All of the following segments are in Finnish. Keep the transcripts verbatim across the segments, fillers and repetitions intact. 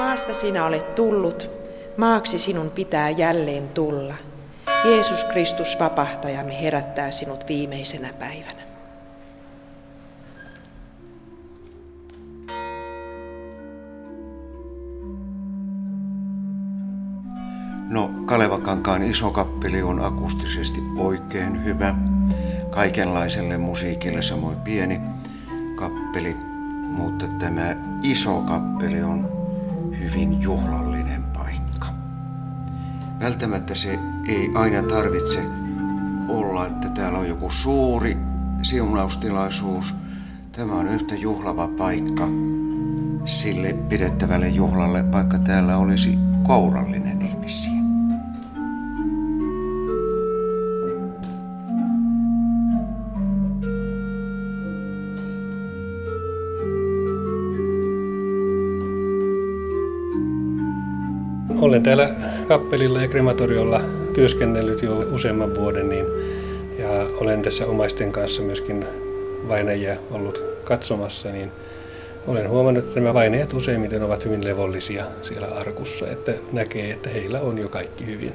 Maasta sinä olet tullut, maaksi sinun pitää jälleen tulla. Jeesus Kristus vapahtajamme herättää sinut viimeisenä päivänä. No, Kalevakankaan iso kappeli on akustisesti oikein hyvä. Kaikenlaiselle musiikille samoin pieni kappeli, mutta tämä iso kappeli on hyvin juhlallinen paikka. Välttämättä se ei aina tarvitse olla, että täällä on joku suuri siunaustilaisuus. Tämä on yhtä juhlava paikka sille pidettävälle juhlalle, vaikka täällä olisi kourallinen ihmisiä. Olen täällä kappelilla ja krematoriolla työskennellyt jo useamman vuoden niin, ja olen tässä omaisten kanssa myöskin vainajia ollut katsomassa, niin olen huomannut, että nämä vainajat useimmiten ovat hyvin levollisia siellä arkussa, että näkee, että heillä on jo kaikki hyvin.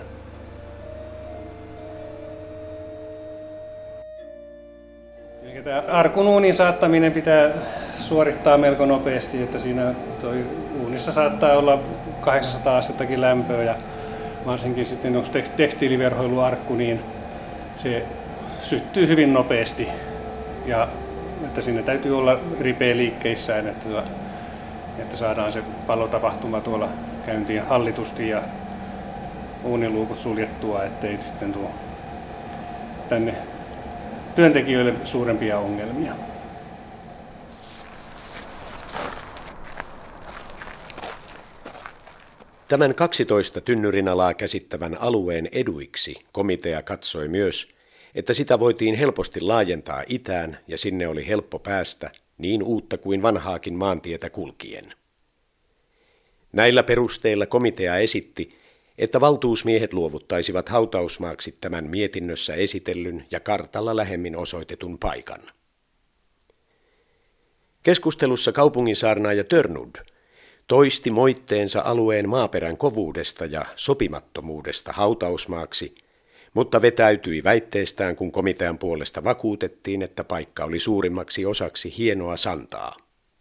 Eli tämä arkun uunin saattaminen pitää suorittaa melko nopeasti, että siinä toi uunissa saattaa olla kahdeksansataa astettakin lämpöä ja varsinkin sitten jos tekstiiliverhoiluarkku, niin se syttyy hyvin nopeasti ja että siinä täytyy olla ripeä liikkeissään, että, että saadaan se palotapahtuma tuolla käyntiin hallitusti ja uuniluukut suljettua, ettei sitten tuo tänne työntekijöille suurempia ongelmia. Tämän kaksitoista tynnyrinalaa käsittävän alueen eduiksi komitea katsoi myös, että sitä voitiin helposti laajentaa itään ja sinne oli helppo päästä niin uutta kuin vanhaakin maantietä kulkien. Näillä perusteilla komitea esitti, että valtuusmiehet luovuttaisivat hautausmaaksi tämän mietinnössä esitellyn ja kartalla lähemmin osoitetun paikan. Keskustelussa kaupunginsaarnaaja Törnud toisti moitteensa alueen maaperän kovuudesta ja sopimattomuudesta hautausmaaksi, mutta vetäytyi väitteestään, kun komitean puolesta vakuutettiin, että paikka oli suurimmaksi osaksi hienoa santaa.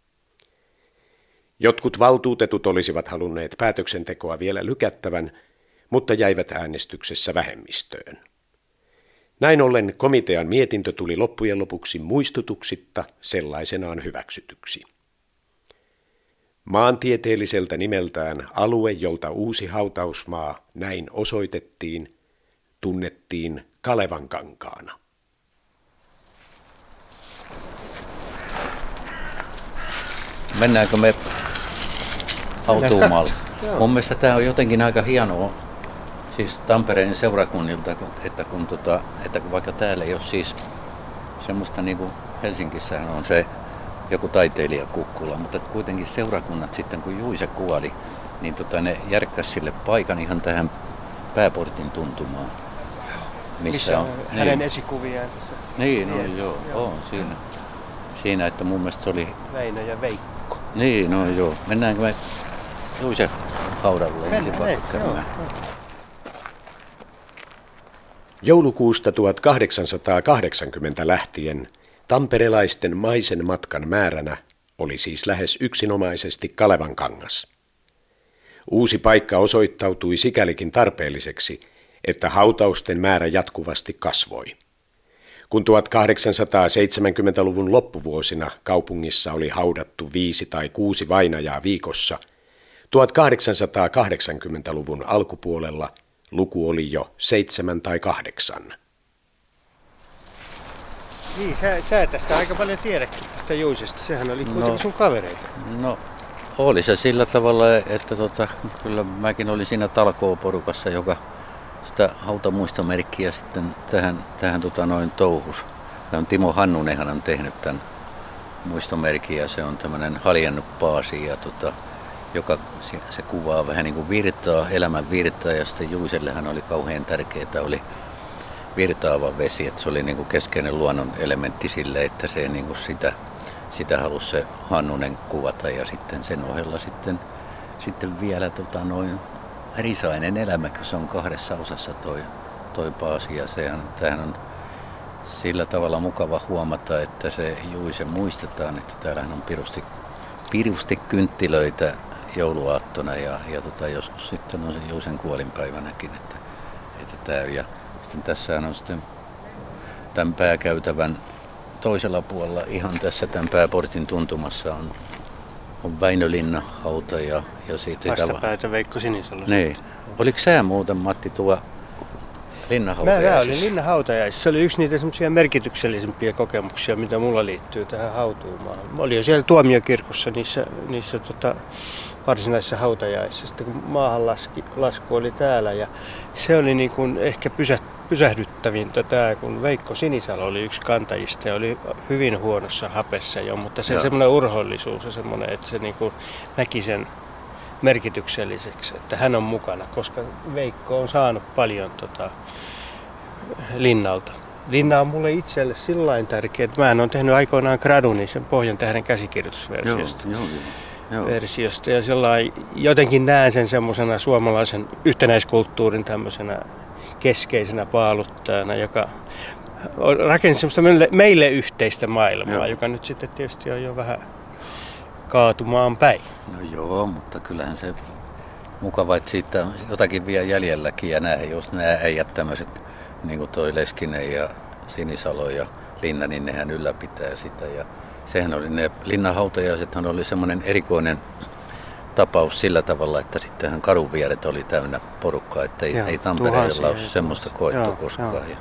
Jotkut valtuutetut olisivat halunneet päätöksentekoa vielä lykättävän, mutta jäivät äänestyksessä vähemmistöön. Näin ollen komitean mietintö tuli loppujen lopuksi muistutuksitta sellaisenaan hyväksytyksi. Maantieteelliseltä nimeltään alue, jolta uusi hautausmaa näin osoitettiin, tunnettiin Kalevankankaana. Mennäänkö me hautuumaalle? Mun mielestä tämä on jotenkin aika hienoa, siis Tampereen seurakunnilta, että kun, tota, että kun vaikka täällä ei ole siis semmoista niin kuin Helsingissähän on se joku taiteilijakukkula, mutta kuitenkin seurakunnat sitten kun Juise kuoli, niin tota, ne järkkäsi sille paikan ihan tähän pääportin tuntumaan. Missä, missä on hänen niin, esikuviaan tässä. Niin, no, joo, joo, on siinä. Siinä, että mun mielestä se oli Väinö ja Veikko. Niin, no joo. Mennäänkö me Juise haudalle ensin vaikka käymään? Joulukuusta tuhatkahdeksansataakahdeksankymmentä lähtien tamperelaisten maisen matkan määränä oli siis lähes yksinomaisesti Kalevankangas. Uusi paikka osoittautui sikälikin tarpeelliseksi, että hautausten määrä jatkuvasti kasvoi. Kun tuhatkahdeksansataaseitsemänkymmentäluvun loppuvuosina kaupungissa oli haudattu viisi tai kuusi vainajaa viikossa, tuhatkahdeksansataakahdeksankymmentäluvun alkupuolella luku oli jo seitsemän tai kahdeksan. Niin, sä, sä tästä aika paljon tiedäkin tästä Juisesta. Sehän oli kuitenkin no, sun kavereita. No, oli se sillä tavalla, että tota, kyllä mäkin olin siinä talkooporukassa, joka sitä hautamuistomerkkiä sitten tähän, tähän tota noin touhus. Tämä on Timo Hannunenhan on tehnyt tämän muistomerkin ja se on tämmöinen haljennut paasi, ja tota, joka se kuvaa vähän niin kuin virtaa, elämän virtaa, ja sitten Juisellehän oli kauhean tärkeää, oli virtaava vesi, että se oli niin kuin keskeinen luonnon elementti sille, että se niin kuin sitä, sitä halusi se Hannunen kuvata, ja sitten sen ohella sitten sitten vielä tota, noin Risainen elämä, kun se on kahdessa osassa toi, toi paasi. Ja sehän, tämähän on sillä tavalla mukava huomata, että se Juise muistetaan, että täällähän on pirusti, pirustikynttilöitä jouluaattona ja, ja tota, joskus sitten on se Juisen kuolinpäivänäkin. Että, että tää, ja sitten tässähän on sitten tämän pääkäytävän toisella puolella, ihan tässä tämän pääportin tuntumassa on, on Väinölinna hauta ja, ja siitä... Vastapäätä Veikko Sinisalo. Niin. Oliko sä muuten, Matti, tuo linnanhautajaisissa? Mä, mä olin linnanhautajaisissa. Se oli yksi niitä semmoisia merkityksellisempiä kokemuksia, mitä mulla liittyy tähän hautuumaan. Mä olin jo siellä Tuomiokirkossa niissä, niissä tota, varsinaisissa hautajaisissa, sitten kun maahan laski, lasku oli täällä. Ja se oli niin kuin ehkä pysä, pysähdyttävintä tämä, kun Veikko Sinisalo oli yksi kantajista ja oli hyvin huonossa hapessa jo, mutta se semmoinen urhollisuus ja semmoinen, että se niin kuin näki sen merkitykselliseksi, että hän on mukana, koska Veikko on saanut paljon tota, linnalta. Linna on mulle itselle sillain tärkeä, että mä oon tehnyt aikoinaan graduni sen Pohjantähden käsikirjoitusversiosta. Joo, joo, joo. Versiosta, ja sellainen, jotenkin näen sen semmoisena suomalaisen yhtenäiskulttuurin tämmöisenä keskeisenä paaluttajana, joka rakensi semmoista meille, meille yhteistä maailmaa, joo, joka nyt sitten tietysti on jo vähän kaatumaan päin. No joo, mutta kyllähän se mukava, että siitä on jotakin vielä jäljelläkin ja nämä, jos nämä äijät tämmöiset, niin kuin toi Leskinen ja Sinisalo ja Linna, niin nehän ylläpitää sitä. Ja sehän oli, ne linnanhautajaisethan oli semmoinen erikoinen tapaus sillä tavalla, että sittenhän kadun vieret oli täynnä porukkaa, että ei, ei Tampereella ole semmoista koettu koskaan. Joo. Ja,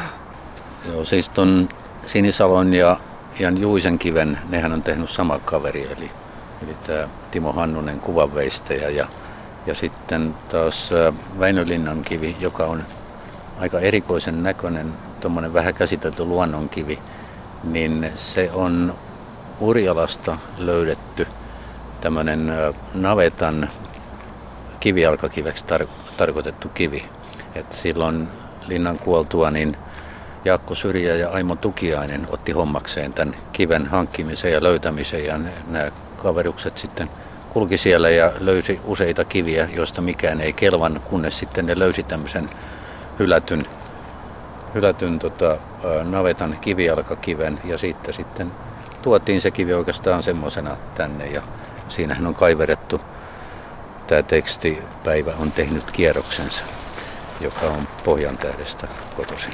joo, siis ton Sinisalon ja Jan Juisenkiven, nehän on tehnyt sama kaveri, eli, eli tämä Timo Hannunen kuvanveistäjä ja, ja sitten taas Väinölinnan kivi, joka on aika erikoisen näköinen, tuommoinen vähän käsitelty luonnonkivi, niin se on Urjalasta löydetty tämmöinen navetan kivijalkakiveksi tar- tarkoitettu kivi. Et silloin Linnan kuoltua niin Jaakko Syrjä ja Aimo Tukiainen otti hommakseen tämän kiven hankkimisen ja löytämisen ja nämä kaverukset sitten kulki siellä ja löysi useita kiviä, joista mikään ei kelvannut, kunnes sitten ne löysi tämmöisen hylätyn, hylätyn tota, navetan kivijalkakiven ja siitä sitten tuotiin se kivi oikeastaan semmoisena tänne ja siinähän on kaiverettu tämä teksti Päivä on tehnyt kierroksensa, joka on Pohjantähdestä kotoisin.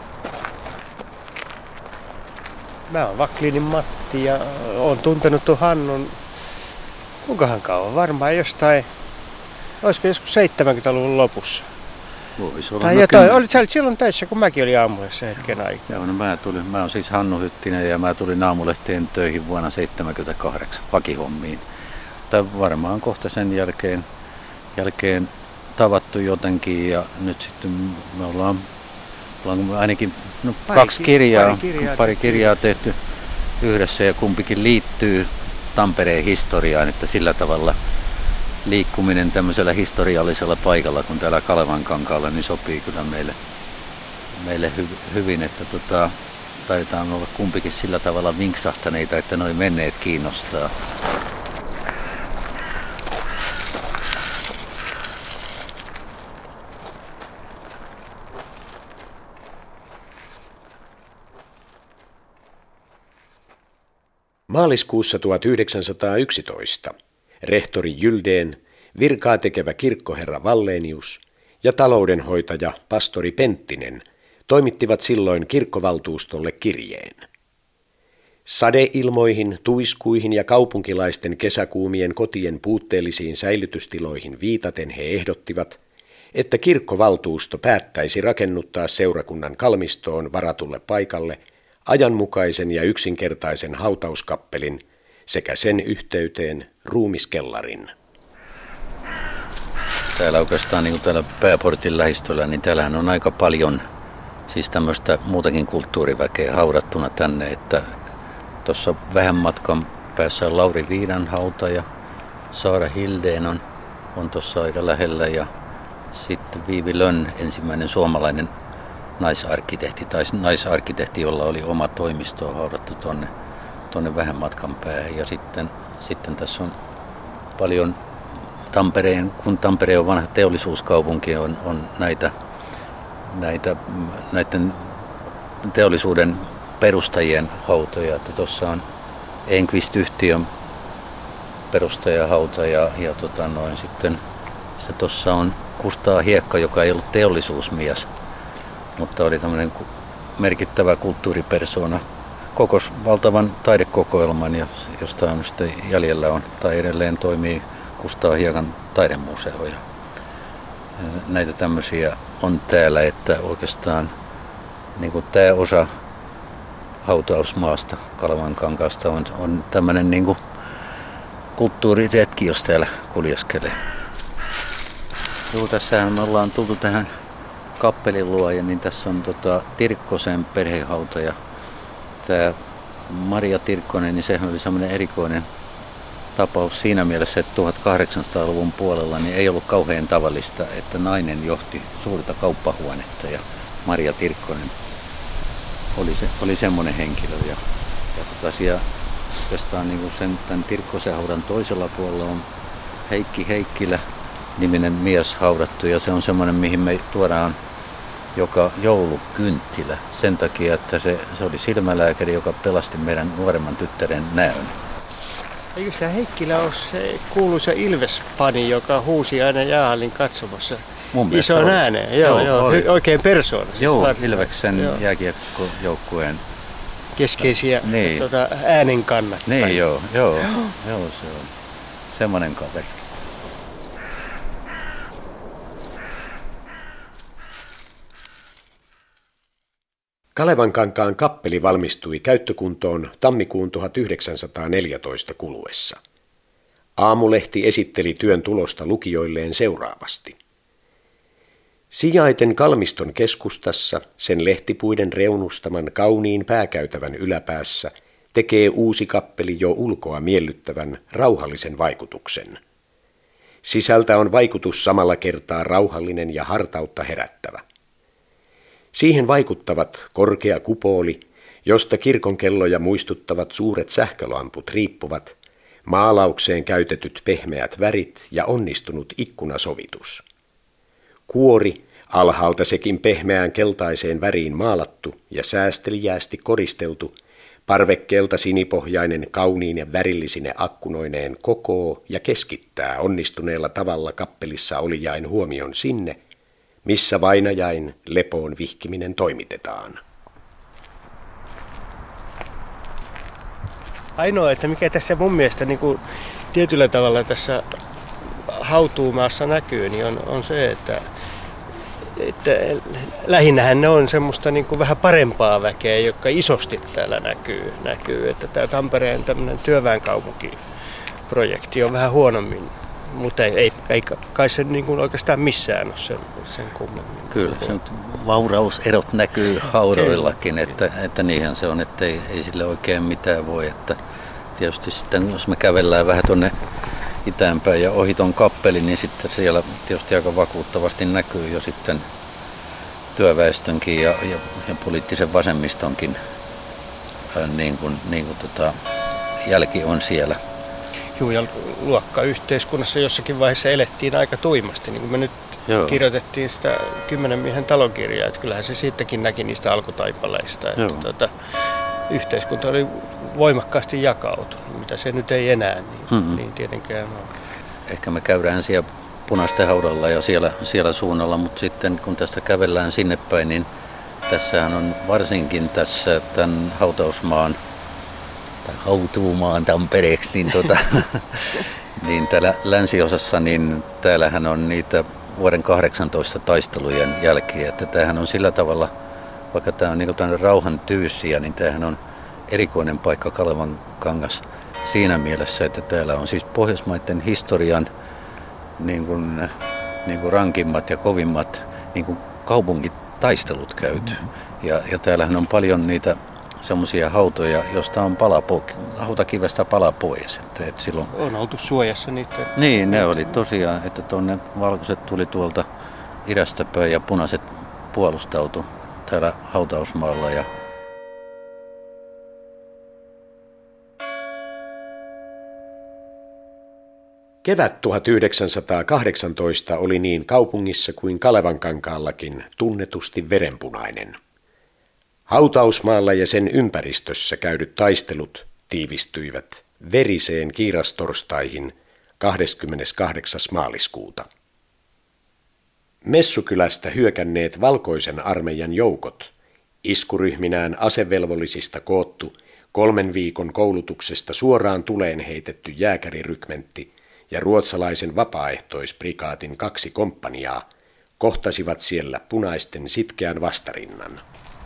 Mä oon Waklinin Matti ja oon tuntenut tuon Hannun, kuinkahan kauan, varmaan jostain, olisiko joskus seitsemänkymmentäluvun lopussa. Voisi olla. Tai no jotain, olit sä olit silloin töissä, kun mäkin olin Aamulehti hetken aikaa. Joo, no mä tulin, mä oon siis Hannu Hyttinen ja mä tulin Aamulehteen töihin vuonna seitsemänkymmentäkahdeksan vakihommiin. Tai varmaan kohta sen jälkeen, jälkeen tavattu jotenkin ja nyt sitten me ollaan, ollaan ainakin no, pari, kaksi kirjaa, pari kirjaa, pari kirjaa tehty yhdessä ja kumpikin liittyy Tampereen historiaan, että sillä tavalla liikkuminen tämmöisellä historiallisella paikalla kuin täällä Kalevankankaalla niin sopii kyllä meille, meille hy- hyvin, että tota, taidetaan olla kumpikin sillä tavalla vinksahtaneita, että noi menneet kiinnostaa. Maaliskuussa tuhatyhdeksänsataayksitoista rehtori Gyldén, virkaa tekevä kirkkoherra Wallenius ja taloudenhoitaja pastori Penttinen toimittivat silloin kirkkovaltuustolle kirjeen. Sadeilmoihin, tuiskuihin ja kaupunkilaisten kesäkuumien kotien puutteellisiin säilytystiloihin viitaten he ehdottivat, että kirkkovaltuusto päättäisi rakennuttaa seurakunnan kalmistoon varatulle paikalle ajanmukaisen ja yksinkertaisen hautauskappelin sekä sen yhteyteen ruumiskellarin. Täällä oikeastaan niin kuin täällä pääportin lähistöllä, niin täällähän on aika paljon siis tämmöistä muutakin kulttuuriväkeä haudattuna tänne, että tuossa vähän matkan päässä on Lauri Viidan hauta ja Saara Hildén on, on tuossa aika lähellä ja sitten Viivi Lönn, ensimmäinen suomalainen naisarkkitehti tai naisarkkitehti, jolla oli oma toimisto haudattu tuonne tonne vähän matkan päähän ja sitten, sitten tässä on paljon Tampereen, kun Tampere on vanha teollisuuskaupunki, on, on näitä, näitä näiden teollisuuden perustajien hautoja. Tuossa on Enqvist-yhtiön perustajahauta ja, ja tota noin, sitten se tuossa on Kustaa Hiekka, joka ei ollut teollisuusmies, mutta oli tämmöinen merkittävä kulttuuripersona. Kokos valtavan taidekokoelman, josta on sitten jäljellä on, tai edelleen toimii Kustaa Hiekan taidemuseo. Ja näitä tämmöisiä on täällä, että oikeastaan niin kuin tämä osa hautausmaasta, Kalevankankaasta, on, on tämmöinen niin kuin kulttuuriretki, jos täällä kuljeskelee. Joo, tässähän me ollaan tultu tähän kappelin luo, ja niin tässä on tota, Tirkkosen perhehauta. Ja tämä Maria Tirkkonen, niin sehän oli semmoinen erikoinen tapaus siinä mielessä, että tuhatkahdeksansataaluvun puolella niin ei ollut kauhean tavallista, että nainen johti suurta kauppahuonetta, ja Maria Tirkkonen oli, se, oli semmoinen henkilö. Ja, ja tosiaan oikeastaan niin kuin sen, tämän Tirkkosen haudan toisella puolella on Heikki Heikkilä niminen mies haudattu, ja se on semmoinen, mihin me tuodaan joka joulu kynttilä sen takia, että se, se oli silmälääkäri, joka pelasti meidän nuoremman tyttären näön. Eikö tämä Heikkilä ole se kuuluisa Ilves-pani, joka huusi aina jäähallin katsomassa ison ääneen? Joo, joo, joo, oikein persoona. Joo, Ilveksen jääkiekkojoukkueen keskeisiä niin. Tuota, äänen kannattajia. Niin, joo, joo, joo, joo, se on semmoinen kaveri. Kalevankankaan kappeli valmistui käyttökuntoon tammikuun tuhatyhdeksänsataaneljätoista kuluessa. Aamulehti esitteli työn tulosta lukijoilleen seuraavasti. Sijaiten Kalmiston keskustassa, sen lehtipuiden reunustaman kauniin pääkäytävän yläpäässä, tekee uusi kappeli jo ulkoa miellyttävän, rauhallisen vaikutuksen. Sisältä on vaikutus samalla kertaa rauhallinen ja hartautta herättävä. Siihen vaikuttavat korkea kupooli, josta kirkonkelloja muistuttavat suuret sähkölamput riippuvat, maalaukseen käytetyt pehmeät värit ja onnistunut ikkunasovitus. Kuori, alhaalta sekin pehmeään keltaiseen väriin maalattu ja säästeliäästi koristeltu, parvekkeelta sinipohjainen kauniin ja värillisine akkunoineen kokoo ja keskittää onnistuneella tavalla kappelissa olijain huomion sinne, missä vainajain lepoon vihkiminen toimitetaan. Ainoa, että mikä tässä mun mielestä niin kuin tietyllä tavalla tässä hautuumaassa näkyy, niin on, on se, että, että lähinnähän ne on semmoista niin kuin vähän parempaa väkeä, joka isosti täällä näkyy. näkyy. Että tämä Tampereen tämmöinen työväenkaupunkiprojekti on vähän huonommin. Mutta ei, ei, ei kai se niin kuin oikeastaan missään ole sen, sen kummemmin. Kyllä, se vaurauserot näkyy haudoillakin, että, että niinhän se on, että ei, ei sille oikein mitään voi. Että tietysti sitten, jos me kävellään vähän tuonne itäänpäin ja ohi ton kappelin, niin sitten siellä tietysti aika vakuuttavasti näkyy jo sitten työväestönkin ja, ja, ja poliittisen vasemmistonkin ää, niin kuin, niin kuin tota, jälki on siellä. Joo, ja luokkayhteiskunnassa jossakin vaiheessa elettiin aika tuimasti, niin kuin me nyt Joo. kirjoitettiin sitä kymmenen miehen talonkirjaa, että kyllähän se siitäkin näki niistä alkutaipaleista, että tuota, yhteiskunta oli voimakkaasti jakautunut, mitä se nyt ei enää niin, mm-hmm. niin tietenkään ole. Ehkä me käydään siellä Punaisten haudalla ja siellä, siellä suunnalla, mutta sitten kun tästä kävellään sinne päin, niin tässähän on varsinkin tässä tämän hautausmaan hautuumaan Tampereeksi, niin, tota, niin täällä länsiosassa, niin täällähän on niitä vuoden kahdeksantoista taistelujen jälkiä, että tämähän on sillä tavalla, vaikka tämä on niin kuin rauhan tyyssiä, niin tämähän on erikoinen paikka Kalevankangas siinä mielessä, että täällä on siis Pohjoismaiden historian niin kuin, niin kuin rankimmat ja kovimmat niin kuin kaupunkitaistelut käyty. Ja, ja täällähän on paljon niitä semmoisia hautoja, joista on pala po- hautakivestä pala pois. Että, että silloin... On oltu suojassa niitä. Niin, ne oli tosiaan, että tuonne valkoiset tuli tuolta idästä päin ja punaiset puolustautu täällä hautausmaalla. Ja... Kevät tuhatyhdeksänsataakahdeksantoista oli niin kaupungissa kuin Kalevankankaallakin tunnetusti verenpunainen. Hautausmaalla ja sen ympäristössä käydyt taistelut tiivistyivät veriseen kiirastorstaihin kahdeskymmeneskahdeksas maaliskuuta. Messukylästä hyökänneet valkoisen armeijan joukot, iskuryhminään asevelvollisista koottu, kolmen viikon koulutuksesta suoraan tuleen heitetty jääkärirykmentti ja ruotsalaisen vapaaehtoisprikaatin kaksi komppaniaa kohtasivat siellä punaisten sitkeän vastarinnan.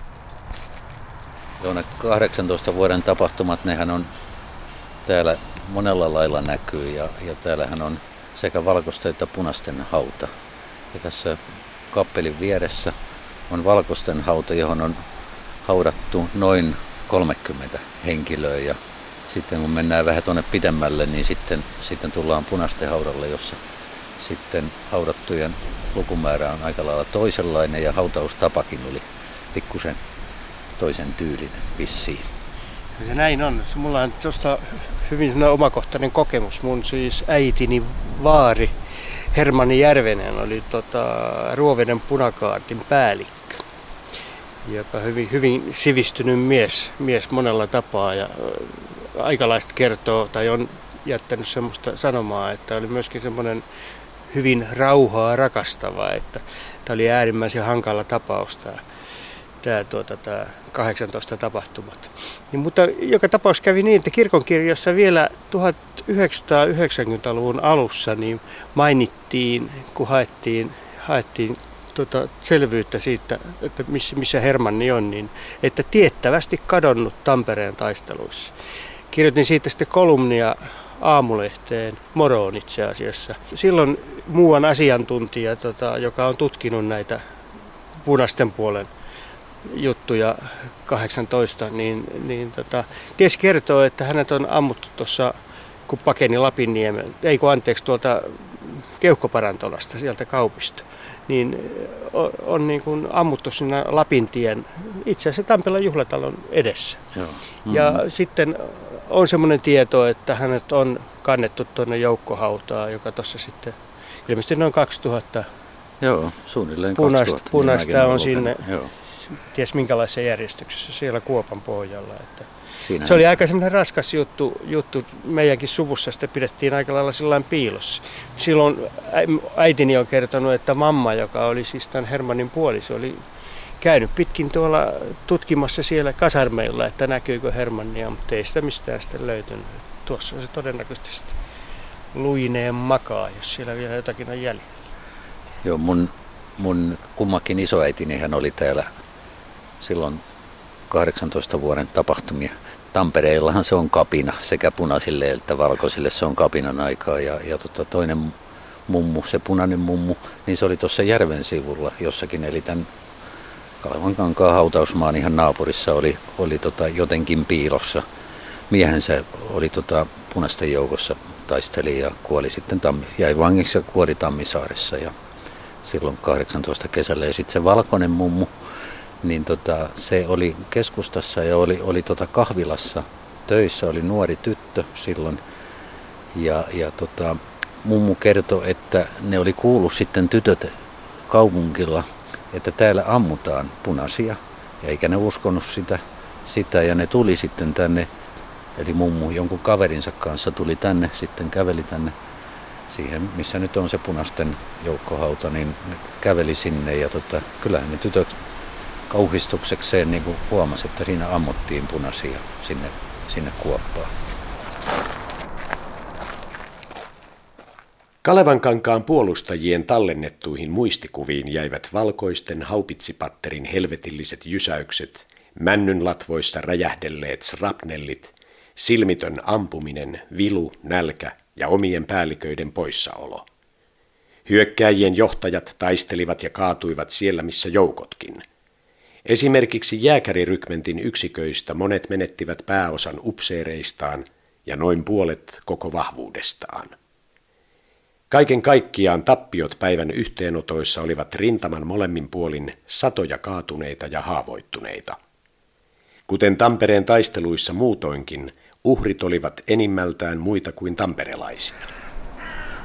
Joo, ne kahdeksantoista vuoden tapahtumat, nehän on täällä monella lailla näkyy ja, ja täällähän on sekä valkoisten että punaisten hauta. Ja tässä kappelin vieressä on valkoisten hauta, johon on haudattu noin kolmekymmentä henkilöä ja sitten kun mennään vähän tuonne pidemmälle, niin sitten, sitten tullaan punaisten haudalle, jossa sitten haudattujen lukumäärä on aika lailla toisenlainen ja hautaustapakin oli pikkusen toisen tyylinen vissiin. Ja näin on. Mulla on tuosta hyvin omakohtainen kokemus. Mun siis äitini vaari Hermanni Järvenen oli tota, Ruoveden punakaartin päällikkö, joka hyvin, hyvin sivistynyt mies, mies monella tapaa. Ja aikalaiset kertoo tai on jättänyt semmoista sanomaa, että oli myöskin semmoinen hyvin rauhaa rakastava, että tämä oli äärimmäisen hankala tapaus tämä, tämä, tuota, tämä kahdeksantoista tapahtumat. Niin, mutta joka tapaus kävi niin, että kirkonkirjossa vielä tuhatyhdeksänsataayhdeksänkymmentäluvun alussa niin mainittiin, kun haettiin, haettiin tuota selvyyttä siitä, että missä, missä Hermanni on, niin että tiettävästi kadonnut Tampereen taisteluissa. Kirjoitin siitä sitten kolumnia Aamulehteen, Moroon itse asiassa. Silloin muuan asiantuntija, tota, joka on tutkinut näitä punaisten puolen juttuja kahdeksantoista, niin, niin tota, ties kertoo, että hänet on ammuttu tuossa, kun pakeni Lapinniemen, ei kun anteeksi tuolta Keuhkoparantolasta, sieltä kaupista, niin on, on niin kuin ammuttu siinä Lapintien, itse asiassa Tampelan juhlatalon edessä. Joo. Mm-hmm. Ja sitten on semmoinen tieto, että hänet on kannettu tuonne joukkohautaan, joka tuossa sitten ilmeisesti noin kaksituhatta. Joo, suunnilleen punaista, kaksituhatta. Punaista on sinne, Joo. ties minkälaisessa järjestyksessä, siellä Kuopan pohjalla. Että se oli aika semmoinen raskas juttu, juttu. Meidänkin suvussa sitä pidettiin aika lailla sillain piilossa. Silloin äitini on kertonut, että mamma, joka oli siis tämän Hermannin puoliso, oli käynyt pitkin tuolla tutkimassa siellä kasarmeilla, että näkyykö Hermannia, mutta ei sitä mistään sitten löytynyt. Tuossa se todennäköisesti luineen makaa, jos siellä vielä jotakin on jäljellä. Joo, mun, mun kummakin isoäitini hän oli täällä silloin kahdeksantoista vuoden tapahtumia. Tampereellahan se on kapina, sekä punaisille että valkoisille se on kapinan aikaa. Ja, ja tota, toinen mummu, se punainen mummu, niin se oli tuossa järven sivulla jossakin, eli tämän Kalevankankaan hautausmaan ihan naapurissa oli, oli tota jotenkin piilossa. Miehensä oli tota punaisten joukossa, taisteli ja kuoli sitten, tammi, jäi vangiksi ja kuoli Tammisaaressa ja silloin kahdeksantoista kesällä. Ja sitten se valkoinen mummu, niin tota, se oli keskustassa ja oli, oli tota kahvilassa töissä, oli nuori tyttö silloin. Ja, ja tota, mummu kertoi, että ne oli kuullut sitten tytöt kaupungilla, että täällä ammutaan punaisia, eikä ne uskonut sitä, sitä ja ne tuli sitten tänne, eli mummu jonkun kaverinsa kanssa tuli tänne, sitten käveli tänne siihen, missä nyt on se punaisten joukkohauta, niin ne käveli sinne ja tota, kyllähän ne tytöt kauhistuksekseen niin kuin huomasi, että siinä ammuttiin punaisia sinne, sinne kuoppaan. Kalevankankaan puolustajien tallennettuihin muistikuviin jäivät valkoisten haupitsipatterin helvetilliset jysäykset, männynlatvoissa räjähdelleet srapnellit, silmitön ampuminen, vilu, nälkä ja omien päälliköiden poissaolo. Hyökkääjien johtajat taistelivat ja kaatuivat siellä, missä joukotkin. Esimerkiksi jääkärirykmentin yksiköistä monet menettivät pääosan upseereistaan ja noin puolet koko vahvuudestaan. Kaiken kaikkiaan tappiot päivän yhteenotoissa olivat rintaman molemmin puolin satoja kaatuneita ja haavoittuneita. Kuten Tampereen taisteluissa muutoinkin, uhrit olivat enimmältään muita kuin tamperelaisia.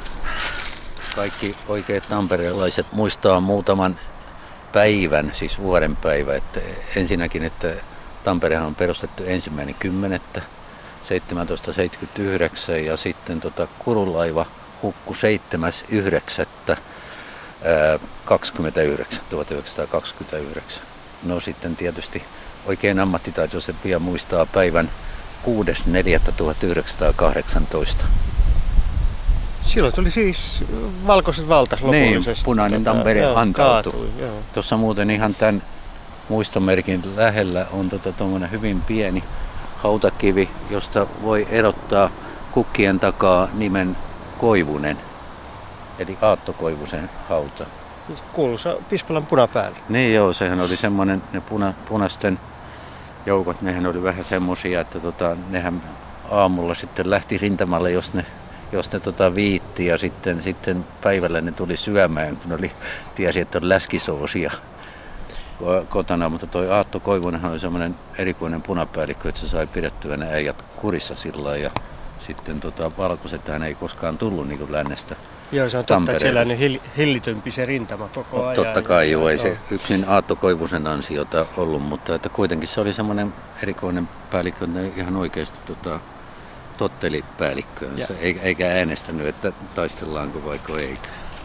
kaikki oikeat tamperelaiset muistaa muutaman päivän, siis vuodenpäivä. Että ensinnäkin, että Tamperehan on perustettu ensimmäinen kymmenettä seitsemäntoistasataaseitsemänkymmentäyhdeksän ja sitten tota, Kurulaiva hukkui seitsemäs yhdeksättä kaksikymmentäyhdeksän, tuhatyhdeksänsataakaksikymmentäyhdeksän. No sitten tietysti oikein ammattitaitoiset vielä muistaa päivän kuudes neljättä tuhatyhdeksänsataakahdeksantoista. Silloin tuli siis valkoiset valtas lopullisesti. Niin, punainen Tampere tota, antautui. Kaatui, Tuossa muuten ihan tämän muistomerkin lähellä on tuommoinen tota, hyvin pieni hautakivi, josta voi erottaa kukkien takaa nimen Koivunen, eli Aatto Koivusen hauta. Kuuluisa Pispalan punapäällinen. Niin joo, sehän oli semmoinen, ne puna, punaisten joukot, nehän oli vähän semmoisia, että tota, nehän aamulla sitten lähti rintamalle, jos ne, jos ne tota, viitti ja sitten, sitten päivällä ne tuli syömään, kun oli, tiesi, että on läskisoosia kotona, mutta toi Aatto Koivunenhan oli semmoinen erikoinen punapäällikkö, että se sai pidettyä ne äijät kurissa sillä ja sitten tota, valkoiset hän ei koskaan tullut niin kuin lännestä. Joo, se on totta, että siellä on hillitympi se rintama koko ajan. Totta kai joo, ei se yksin Aatto Koivusen ansiota ollut, mutta että kuitenkin se oli semmoinen erikoinen päällikkö, että ihan oikeasti tota, totteli päällikköönsä, eikä äänestänyt, että taistellaanko vaikka ei.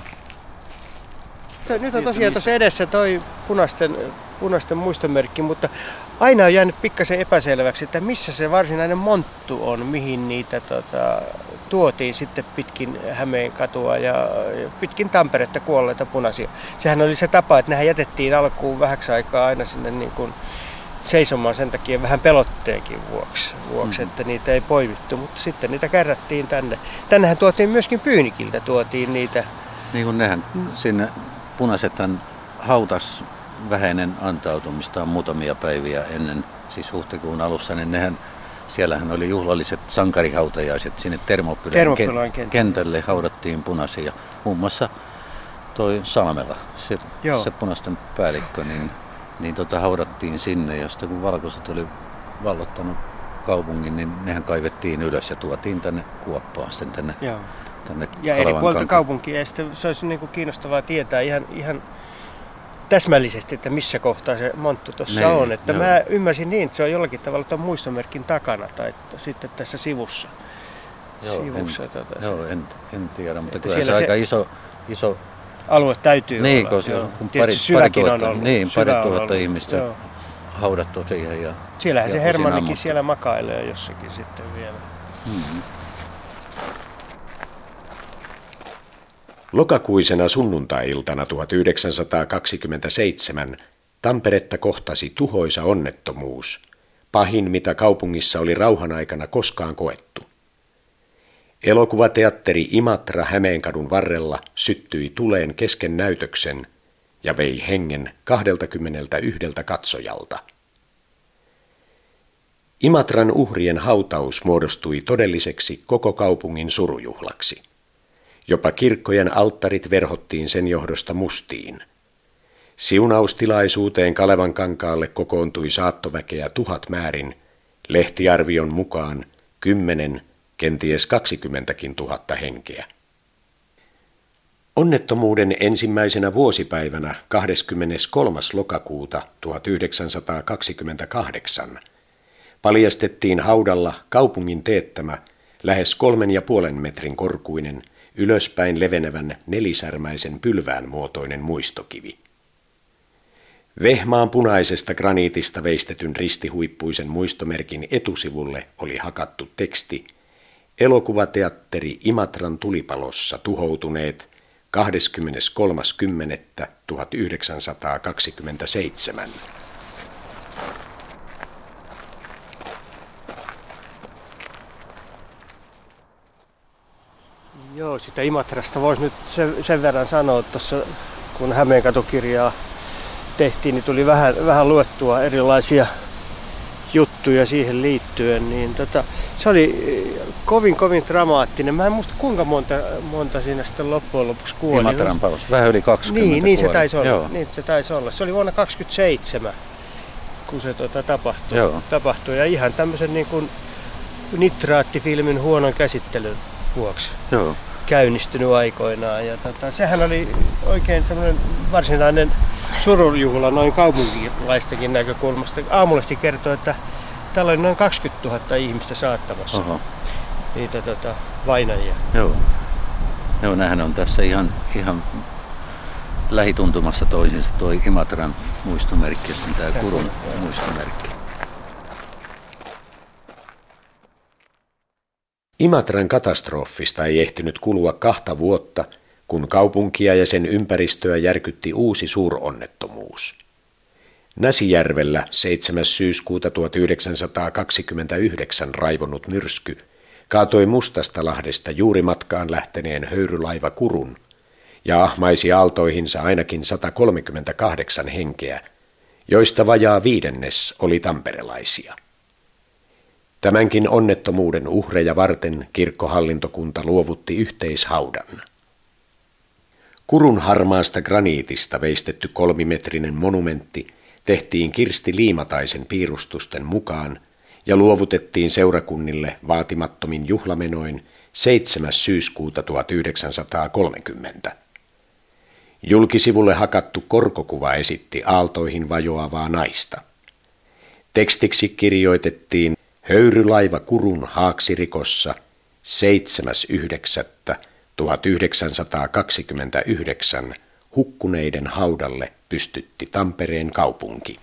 Nyt on tosiaan tuossa edessä toi punaisten, punaisten muistomerkki, mutta aina on jäänyt pikkasen epäselväksi, että missä se varsinainen monttu on, mihin niitä tota, tuotiin sitten pitkin Hämeenkatua ja pitkin Tamperetta kuolleita punaisia. Sehän oli se tapa, että nehän jätettiin alkuun vähäksi aikaa aina sinne niin kuin seisomaan sen takia vähän pelotteenkin vuoksi, vuoksi mm-hmm. että niitä ei poimittu, mutta sitten niitä kärrättiin tänne. Tännehän tuotiin myöskin Pyynikiltä, tuotiin niitä. Niin kuin nehän mm. sinne punaisethan hautas vähäinen antautumistaan muutamia päiviä ennen, siis huhtikuun alussa, niin nehän, siellähän oli juhlalliset sankarihautajaiset sinne Termopylän kentälle. kentälle haudattiin punaisia. Muun muassa toi Salmela, se, se punaisten päällikkö, niin, niin tota, haudattiin sinne ja sitten kun valkoiset oli vallottanut kaupungin, niin nehän kaivettiin ylös ja tuotiin tänne kuoppaan sitten tänne. Joo. Tänne ja eri puolilta kaupunkia, ja sitten se olisi niin kuin kiinnostavaa tietää ihan, ihan täsmällisesti, että missä kohtaa se monttu tuossa on. Että mä ymmärsin niin, että se on jollakin tavalla tuon muistomerkin takana tai sitten tässä sivussa. Joo, sivussa en, tota, joo en, en tiedä, mutta kyllä se, se aika iso, iso alue täytyy niin, olla. Niin, kun pari, pari tuhatta, on niin, pari tuhatta ihmistä joo. haudattu siihen. Ja, siellähän ja se Hermannikin siellä makailee jossakin sitten vielä. Hmm. Lokakuisena sunnuntai-iltana tuhatyhdeksänsataakaksikymmentäseitsemän Tamperetta kohtasi tuhoisa onnettomuus, pahin mitä kaupungissa oli rauhan aikana koskaan koettu. Elokuvateatteri Imatra Hämeenkadun varrella syttyi tuleen kesken näytöksen ja vei hengen kaksikymmentäyksi katsojalta. Imatran uhrien hautaus muodostui todelliseksi koko kaupungin surujuhlaksi. Jopa kirkkojen alttarit verhottiin sen johdosta mustiin. Siunaustilaisuuteen Kalevankankaalle kokoontui saattoväkeä tuhat määrin, lehtiarvion mukaan kymmenen, kenties kaksikymmentäkin tuhatta henkeä. Onnettomuuden ensimmäisenä vuosipäivänä kahdeskymmeneskolmas lokakuuta tuhatyhdeksänsataakaksikymmentäkahdeksan paljastettiin haudalla kaupungin teettämä lähes kolmen ja puolen metrin korkuinen ylöspäin levenevän nelisärmäisen pylvään muotoinen muistokivi. Vehmaan punaisesta graniitista veistetyn ristihuippuisen muistomerkin etusivulle oli hakattu teksti Elokuvateatteri Imatran tulipalossa tuhoutuneet kahdeskymmeneskolmas kymmenettä tuhatyhdeksänsataakaksikymmentäseitsemän. Joo, sitä Imatrasta voisi nyt sen, sen verran sanoa, tuossa kun Hämeenkatukirjaa tehtiin, niin tuli vähän, vähän luettua erilaisia juttuja siihen liittyen, niin tota, se oli kovin kovin dramaattinen. Mä en muista kuinka monta, monta siinä sitten loppujen lopuksi kuoli. Imatran palossa, vähän yli kaksikymmentä Niin, niin se taisi olla. Joo. Niin se taisi olla. Se oli vuonna kaksikymmentäseitsemän, kun se tota, tapahtui. Joo. tapahtui. Ja ihan tämmöisen niin kuin nitraattifilmin huonon käsittelyn vuoksi. Joo. käynnistynyt aikoinaan. Ja tota, sehän oli oikein semmoinen varsinainen surujuhla noin kaupunkilaistakin näkökulmasta. Aamulehti kertoi, että täällä oli noin kaksikymmentätuhatta ihmistä saattamassa Oho. niitä tota, vainajia. Joo. Joo, nämähän on tässä ihan, ihan lähituntumassa toisinsa toi Imatran muistomerkki ja sitten tämä Kurun muistomerkki. Imatran katastrofista ei ehtinyt kulua kahta vuotta, kun kaupunkia ja sen ympäristöä järkytti uusi suuronnettomuus. Näsijärvellä seitsemäs syyskuuta tuhatyhdeksänsataakaksikymmentäyhdeksän raivonut myrsky kaatoi Mustastalahdesta juuri matkaan lähteneen höyrylaiva Kurun ja ahmaisi aaltoihinsa ainakin sata kolmekymmentäkahdeksan henkeä, joista vajaa viidennes oli tamperelaisia. Tämänkin onnettomuuden uhreja varten kirkkohallintokunta luovutti yhteishaudan. Kurun harmaasta graniitista veistetty kolmimetrinen monumentti tehtiin Kirsti Liimataisen piirustusten mukaan ja luovutettiin seurakunnille vaatimattomin juhlamenoin seitsemäs syyskuuta tuhatyhdeksänsataakolmekymmentä. Julkisivulle hakattu korkokuva esitti aaltoihin vajoavaa naista. Tekstiksi kirjoitettiin Höyrylaiva Kurun haaksirikossa seitsemäs yhdeksättä tuhatyhdeksänsataakaksikymmentäyhdeksän hukkuneiden haudalle pystytti Tampereen kaupunki.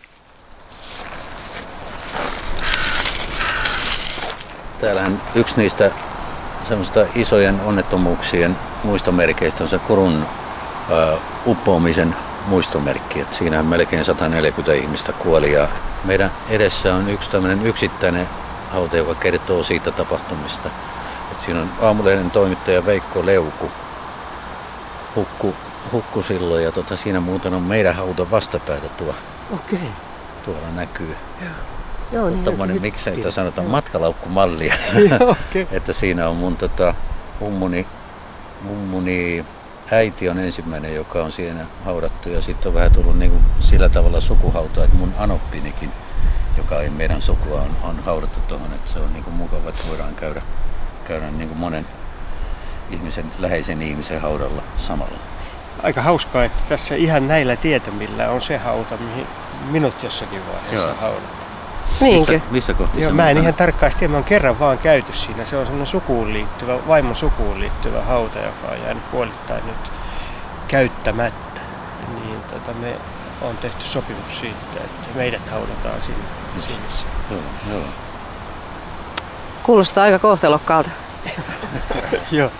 Täällähän yksi niistä semmoista isojen onnettomuuksien muistomerkeistä on se Kurun uh, uppoamisen muistomerkki. Et siinähän melkein sata neljäkymmentä ihmistä kuoli ja meidän edessä on yksi tämmöinen yksittäinen hauta, joka kertoo siitä tapahtumista. Et siinä on Aamulehden toimittaja Veikko Leuku hukku, hukku silloin ja tota, siinä muuten on meidän hauta vastapäätä tuo. Okei. Tuolla näkyy. Joo. Joo, niin tommoinen, miksei että sanotaan matkalaukkumallia. Okay. Että siinä on mun tota, mummuni, mummuni äiti on ensimmäinen, joka on siinä haudattu ja sitten on vähän tullut niin kuin sillä tavalla sukuhauta, että mun anoppinikin, joka ei meidän sukua, on, on haudattu tuohon, että se on niin kuin mukava, että voidaan käydä, käydä niin kuin monen ihmisen, läheisen ihmisen haudalla samalla. Aika hauskaa, että tässä ihan näillä tietämillä on se hauta, mihin minut jossakin vaiheessa Joo. haudattu. Missä, missä kohti Joo, mä en ihan tarkkaan tiedä, mä oon kerran vaan käyty siinä. Se on semmoinen sukuun liittyvä, vaimon sukuun liittyvä hauta, joka on jäänyt puolittain nyt käyttämättä. Niin tota, me on tehty sopimus siitä, että meidät haudataan sinne. sinne. Joo, joo. Kuulostaa aika kohtalokkaalta. Joo.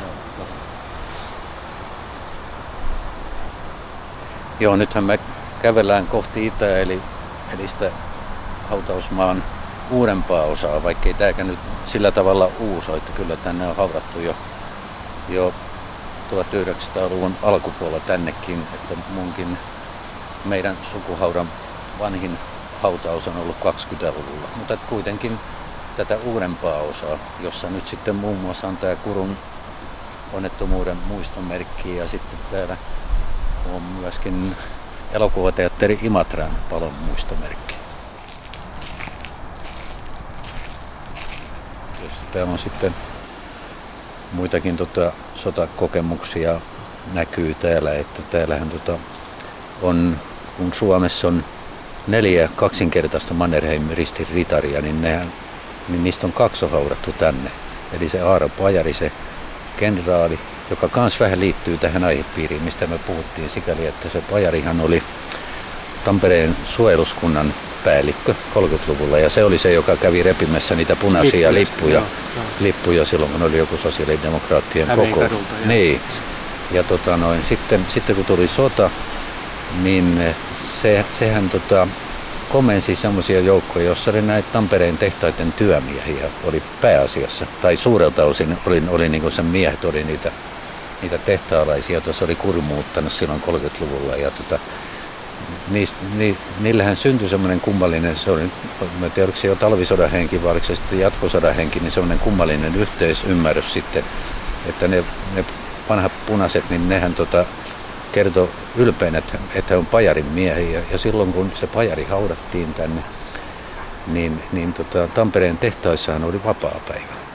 Joo, nythän me kävellään kohti itää, eli, eli sitä hautausmaan uudempaa osaa, vaikkei tämäkään nyt sillä tavalla uusi, että kyllä tänne on haudattu jo, jo tuhatyhdeksänsataaluvun alkupuolella tännekin, että munkin meidän sukuhaudan vanhin hautaus on ollut kaksikymmentäluvulla, mutta kuitenkin tätä uudempaa osaa, jossa nyt sitten muun muassa on tämä Kurun onnettomuuden muistomerkki ja sitten täällä on myöskin elokuvateatteri Imatran palon muistomerkki. Täällä on sitten muitakin tota, sotakokemuksia näkyy täällä, että täällähän tota, on, kun Suomessa on neljä kaksinkertaista Mannerheimin ristin ritaria, niin, nehän, niin niistä on kaksi haudattu tänne. Eli se Aaro Pajari, se kenraali, joka kans vähän liittyy tähän aihepiiriin, mistä me puhuttiin sikäli, että se Pajarihan oli Tampereen suojeluskunnan päällikkö kolmekymmentäluvulla ja se oli se, joka kävi repimässä niitä punaisia lippuja, joo, joo. lippuja silloin, kun oli joku sosiaalidemokraattien kokous. Niin. Ja tota noin, sitten, sitten kun tuli sota, niin se, sehän tota, komensi semmoisia joukkoja, joissa oli näitä Tampereen tehtaiden työmiehiä, oli pääasiassa, tai suurelta osin oli, oli niin kuin sen miehet, oli niitä, niitä tehtaalaisia, joita se oli kurmuuttanut silloin kolmekymmentäluvulla. Ja tota, Niist, ni, niillähän syntyi semmoinen kummallinen, se oli, mä tiedän, oliko se jo talvisodan henki vai oliko se sitten jatkosodan henki, niin semmoinen kummallinen yhteisymmärrys sitten, että ne, ne vanhat punaiset, niin nehän tota, kertoi ylpeänä, että, että he on Pajarin miehiä. Ja silloin kun se Pajari haudattiin tänne, niin, niin tota, Tampereen tehtaissahan oli vapaapäivä.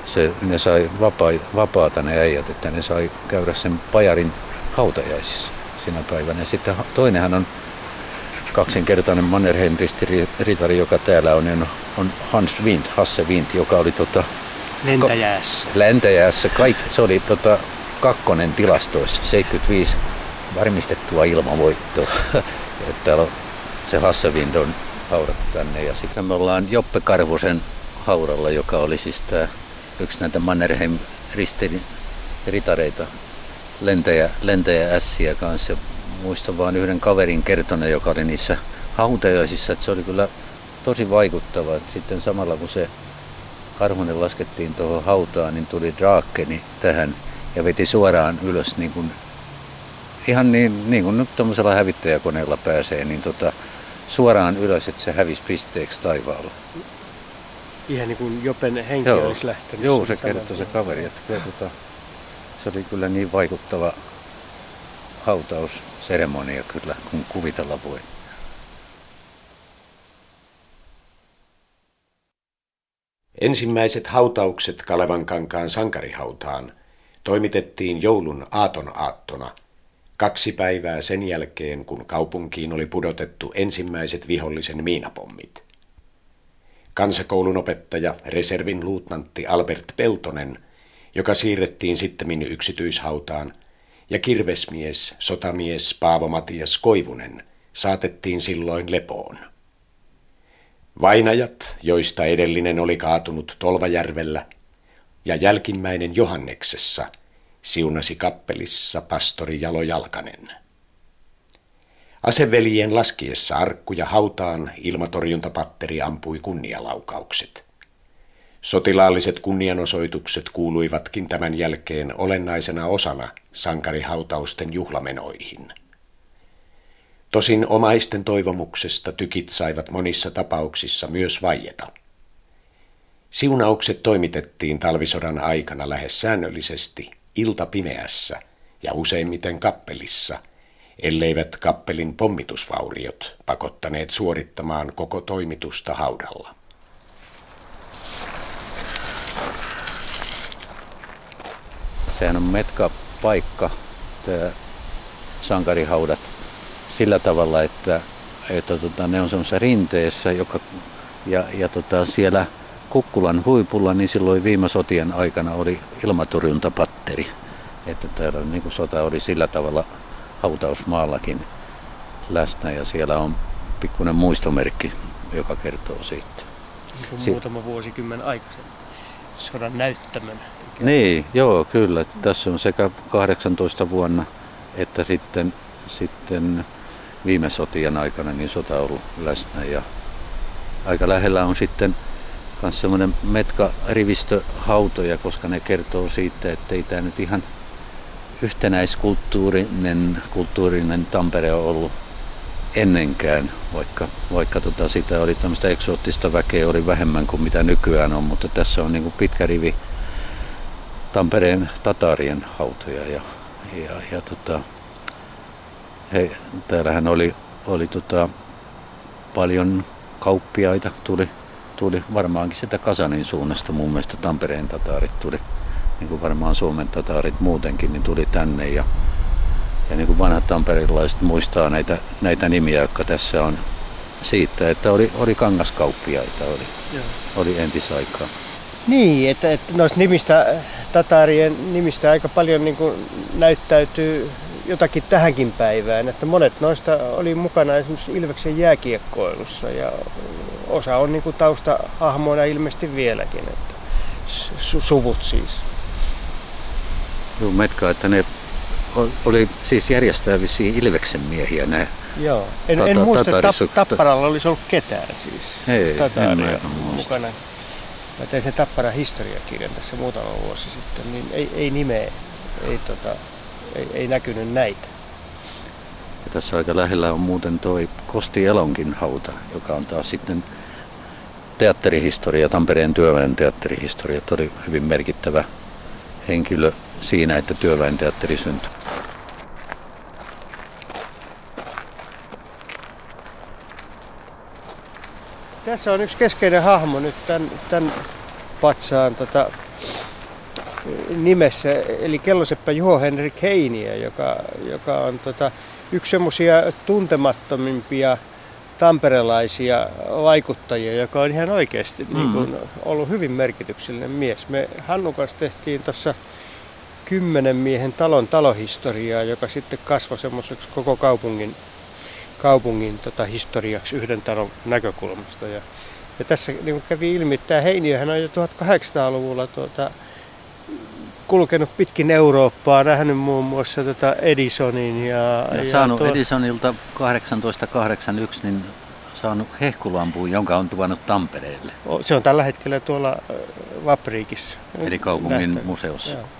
se, ne sai vapaa, vapaata ne äijät, että ne sai käydä sen pajarin hautajaisissa sinä päivänä. Ja sitten toinenhan on kaksinkertainen Mannerheim-ristiritari, joka täällä on, on Hans Wind, Hasse Wind, joka oli tota, lentäjäässä. Lentäjäässä. Kaikki, se oli tota, kakkonen tilastoissa, seitsemänkymmentäviisi varmistettua ilmavoittoa. Täällä on se Hasse Wind on haudattu tänne. Ja sitten me ollaan Joppe Karvosen haudalla, joka oli siis tää, yksi näitä Mannerheim-ritareita, lentäjä, lentäjä ässiä kanssa. Muistan vaan yhden kaverin kertoneen, joka oli niissä hautajaisissa, että se oli kyllä tosi vaikuttava. Että sitten samalla kun se Karhunen laskettiin tuohon hautaan, niin tuli Draakeni tähän ja veti suoraan ylös, niin kuin, ihan niin, niin kuin nyt tuollaisella hävittäjäkoneella pääsee, niin tota, suoraan ylös, että se hävisi pisteeksi taivaalla. Ihan niin kuin Jopen henki Joo. olisi lähtenyt. Joo, se kertoi se kaveri, että kyllä, tota, se oli kyllä niin vaikuttava hautausseremonia kyllä, kun kuvitella voi. Ensimmäiset hautaukset Kalevankankaan sankarihautaan toimitettiin joulun aatonaattona, kaksi päivää sen jälkeen, kun kaupunkiin oli pudotettu ensimmäiset vihollisen miinapommit. Kansakoulun opettaja, reservin luutnantti Albert Peltonen, joka siirrettiin sittemmin yksityishautaan, ja kirvesmies, sotamies Paavo Matias Koivunen saatettiin silloin lepoon. Vainajat, joista edellinen oli kaatunut Tolvajärvellä, ja jälkimmäinen Johanneksessa, siunasi kappelissa pastori Jalo Jalkanen. Aseveljien laskiessa arkkuja hautaan ilmatorjuntapatteri ampui kunnialaukaukset. Sotilaalliset kunnianosoitukset kuuluivatkin tämän jälkeen olennaisena osana sankarihautausten juhlamenoihin. Tosin omaisten toivomuksesta tykit saivat monissa tapauksissa myös vaieta. Siunaukset toimitettiin talvisodan aikana lähes säännöllisesti iltapimeässä ja useimmiten kappelissa, elleivät kappelin pommitusvauriot pakottaneet suorittamaan koko toimitusta haudalla. Sehän on metkapaikka, tämä sankarihaudat, sillä tavalla, että, että tota, ne on semmoisessa rinteessä, joka, ja, ja tota, siellä Kukkulan huipulla, niin silloin viime sotien aikana oli ilmatorjuntapatteri. Että täällä niin kuin sota oli sillä tavalla hautausmaallakin läsnä, ja siellä on pikkuinen muistomerkki, joka kertoo siitä. Niin muutama vuosikymmen aikaisemmin sodan näyttämönä. Niin, joo, kyllä. Tässä on sekä kahdeksantoista vuonna että sitten, sitten viime sotien aikana niin sota on ollut läsnä. Ja aika lähellä on sitten myös semmoinen metka-rivistöhautoja, koska ne kertoo siitä, että ei tämä nyt ihan yhtenäiskulttuurinen kulttuurinen Tampere on ollut ennenkään, vaikka, vaikka tota sitä oli tämmöistä eksoottista väkeä oli vähemmän kuin mitä nykyään on, mutta tässä on niin kuin pitkä rivi Tampereen tatarien hautoja ja, ja, ja tota, he, täällähän oli, oli tota, paljon kauppiaita, tuli, tuli varmaankin sitä Kasanin suunnasta, mun mielestä Tampereen tataarit tuli, niin kuin varmaan Suomen tataarit muutenkin, niin tuli tänne ja, ja niin kuin vanhat tamperilaiset muistaa näitä, näitä nimiä, jotka tässä on siitä, että oli, oli kangaskauppiaita, oli, oli entisaikaa. Niin, että, että noista nimistä, tataarien nimistä aika paljon niin kuin näyttäytyy jotakin tähänkin päivään, että monet noista oli mukana esimerkiksi Ilveksen jääkiekkoilussa ja osa on niin kuin taustahahmoina ilmeisesti vieläkin, että su- suvut siis. Joo, metka, että ne oli siis järjestää vissiin Ilveksen miehiä nämä. Joo, en, tata- en muista, että tatarisuk- Tapparalla olisi ollut ketään siis Ei, tataaria mukana. Mä tein sen Tapparan historiakirjan tässä muutama vuosi sitten, niin ei, ei nimeä, ei, tota, ei, ei näkynyt näitä. Ja tässä aika lähellä on muuten toi Kosti Elonkin hauta, joka on taas sitten teatterihistoria, Tampereen työväen teatterihistoria. Oli hyvin merkittävä henkilö siinä, että työväen teatteri syntyi. Tässä on yksi keskeinen hahmo nyt tämän, tämän patsaan tota, nimessä, eli kelloseppä Juho Henrik Heiniä, joka, joka on tota, yksi semmoisia tuntemattomimpia tamperelaisia vaikuttajia, joka on ihan oikeasti mm. niin kuin, ollut hyvin merkityksellinen mies. Me Hannun kanssa tehtiin tuossa kymmenen miehen talon talohistoriaa, joka sitten kasvoi semmoiseksi koko kaupungin, kaupungin tota, historiaksi yhden talon näkökulmasta. Ja, ja tässä niin kuin kävi ilmi, että tämä Heiniöhän on jo tuhatkahdeksansataaluvulla tuota, kulkenut pitkin Eurooppaa, nähnyt muun muassa tota Edisonin. Ja, ja, ja saanut tuo... Edisonilta kahdeksantoista kahdeksankymmentäyksi niin saanut hehkulampuun, jonka on tuonut Tampereelle. Se on tällä hetkellä tuolla Vapriikissa. Eli kaupungin nähtävä museossa. Ja.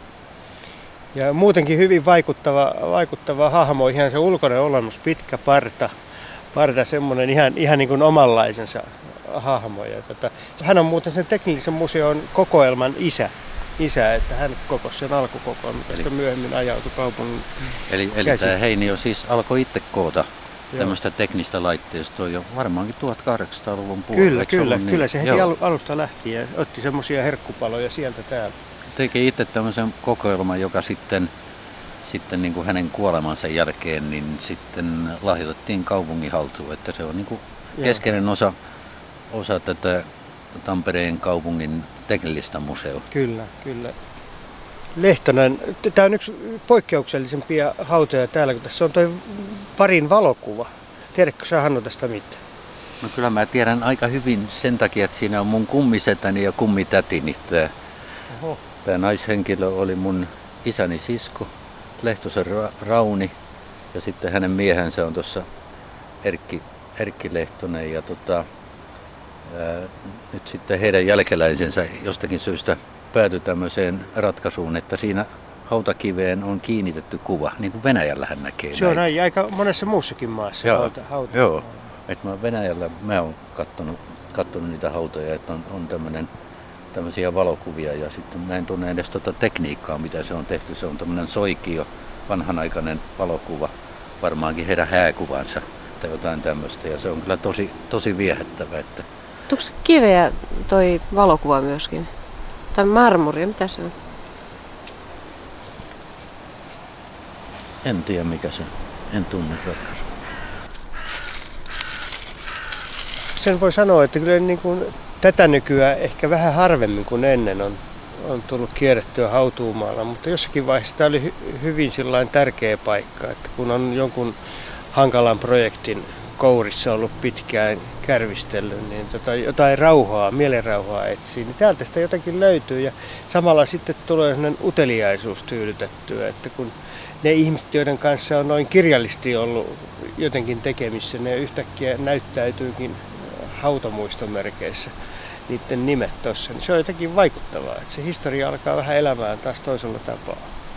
ja muutenkin hyvin vaikuttava, vaikuttava hahmo, ihan se ulkoinen olemus, pitkä parta, parta semmoinen ihan, ihan niin kuin omanlaisensa hahmo. Ja tota, hän on muuten sen teknillisen museon kokoelman isä. Isä, että hän kokosi sen alkukokoon, mikä sitten myöhemmin ajautui kaupungin Eli, eli tämä Heiniö siis alkoi itse koota tämmöistä teknistä laitteistoa jo varmaankin tuhatkahdeksansataaluvun puolella. Kyllä, kyllä, niin? kyllä se heti Joo. alusta lähti ja otti semmoisia herkkupaloja sieltä täällä. Teki itse tämmöisen kokoelman, joka sitten, sitten niin kuin hänen kuolemansa jälkeen niin sitten lahjoitettiin kaupungin haltuun, että se on niin kuin keskeinen osa, osa tätä Tampereen kaupungin teknillistä museoa. Kyllä, kyllä. Lehtonen, tämä on yksi poikkeuksellisempia hautoja täällä, kun tässä on toi parin valokuva. Tiedätkö sä, Hannu, tästä mitään? No kyllä mä tiedän aika hyvin sen takia, että siinä on mun kummisetäni ja kummitätini. Tämä, tämä naishenkilö oli mun isäni sisko, Lehtosen Rauni, ja sitten hänen miehensä on tuossa Erkki, Erkki Lehtonen. Ja tota, ää, nyt sitten heidän jälkeläisensä jostakin syystä päätyi tämmöiseen ratkaisuun, että siinä hautakiveen on kiinnitetty kuva, niin kuin Venäjällähän näkee. Se on näin, aika monessa muussakin maassa. Joo, hauta, hauta. joo. Että mä Venäjällä mä oon kattonut, kattonut niitä hautoja, että on, on tämmönen, tämmöisiä valokuvia ja sitten mä en tunne edes tota tekniikkaa, mitä se on tehty. Se on tämmöinen soikio, vanhanaikainen valokuva, varmaankin heidän hääkuvansa tai jotain tämmöistä ja se on kyllä tosi, tosi viehättävä. Että... Onko kiveä toi valokuva myöskin? Tai marmoria, mitä se on? En tiedä mikä se on. En tunne ratkaisua. Sen voi sanoa, että kyllä niin kuin tätä nykyään ehkä vähän harvemmin kuin ennen on, on tullut kierrettyä Hautuumaalla, mutta jossakin vaiheessa tämä oli hy- hyvin sillain tärkeä paikka, että kun on jonkun hankalan projektin kourissa ollut pitkään kärvistellyt, niin tota, jotain rauhaa, mielenrauhaa etsii, niin täältä sitä jotakin löytyy ja samalla sitten tulee sellainen uteliaisuus tyydytettyä, että kun ne ihmiset, joiden kanssa on noin kirjallisesti ollut jotenkin tekemissä, ne yhtäkkiä näyttäytyykin hautamuistomerkeissä niiden nimet tuossa, niin se on jotenkin vaikuttavaa, että se historia alkaa vähän elämään taas toisella tapaa.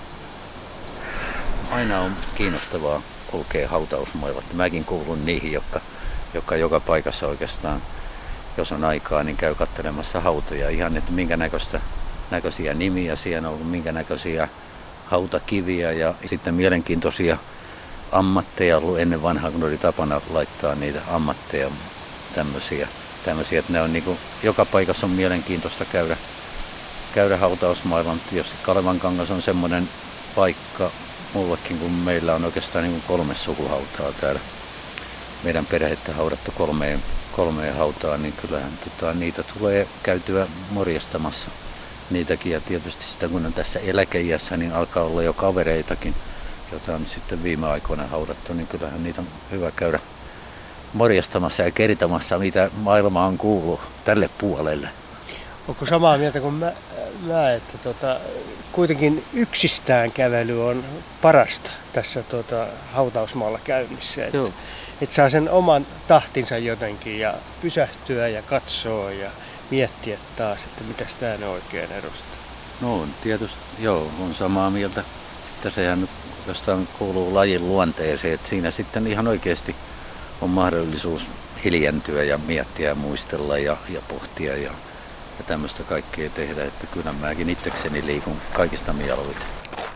Aina on kiinnostavaa kulkee hautausmailla. Mäkin kuulun niihin, jotka, jotka joka paikassa oikeastaan, jos on aikaa, niin käy katselemassa hautoja. Ihan, että minkä näköistä, näköisiä nimiä siellä on ollut, minkä näköisiä hautakiviä ja sitten mielenkiintoisia ammatteja ollut ennen vanhaa, kun oli tapana laittaa niitä ammatteja, tämmöisiä. tämmöisiä että ne on niin kuin, joka paikassa on mielenkiintoista käydä, käydä hautausmailla, mutta tietysti Kalevankangas on semmoinen paikka, mullekin, kun meillä on oikeastaan niin kuin kolme sukuhautaa täällä. Meidän perhettä haudattu kolmeen, kolmeen hautaan, niin kyllähän tota, niitä tulee käytyä morjastamassa niitäkin. Ja tietysti sitä kun on tässä eläkeiässä, niin alkaa olla jo kavereitakin, joita on sitten viime aikoina haudattu, niin kyllähän niitä on hyvä käydä morjastamassa ja kertomassa, mitä maailma on kuullut tälle puolelle. Onko samaa mieltä kuin mä, mä että tota, kuitenkin yksistään kävely on parasta tässä tota, hautausmaalla käynnissä. Että et saa sen oman tahtinsa jotenkin ja pysähtyä ja katsoa ja miettiä taas, että mitä tämä ne oikein edustaa. No on tietysti, joo, on samaa mieltä, että sehän nyt jostain kuuluu lajin luonteeseen, että siinä sitten ihan oikeasti on mahdollisuus hiljentyä ja miettiä ja muistella ja, ja pohtia ja Ja tämmöistä kaikkea tehdä, että kyllä mäkin itsekseni liikun kaikista mieluiten.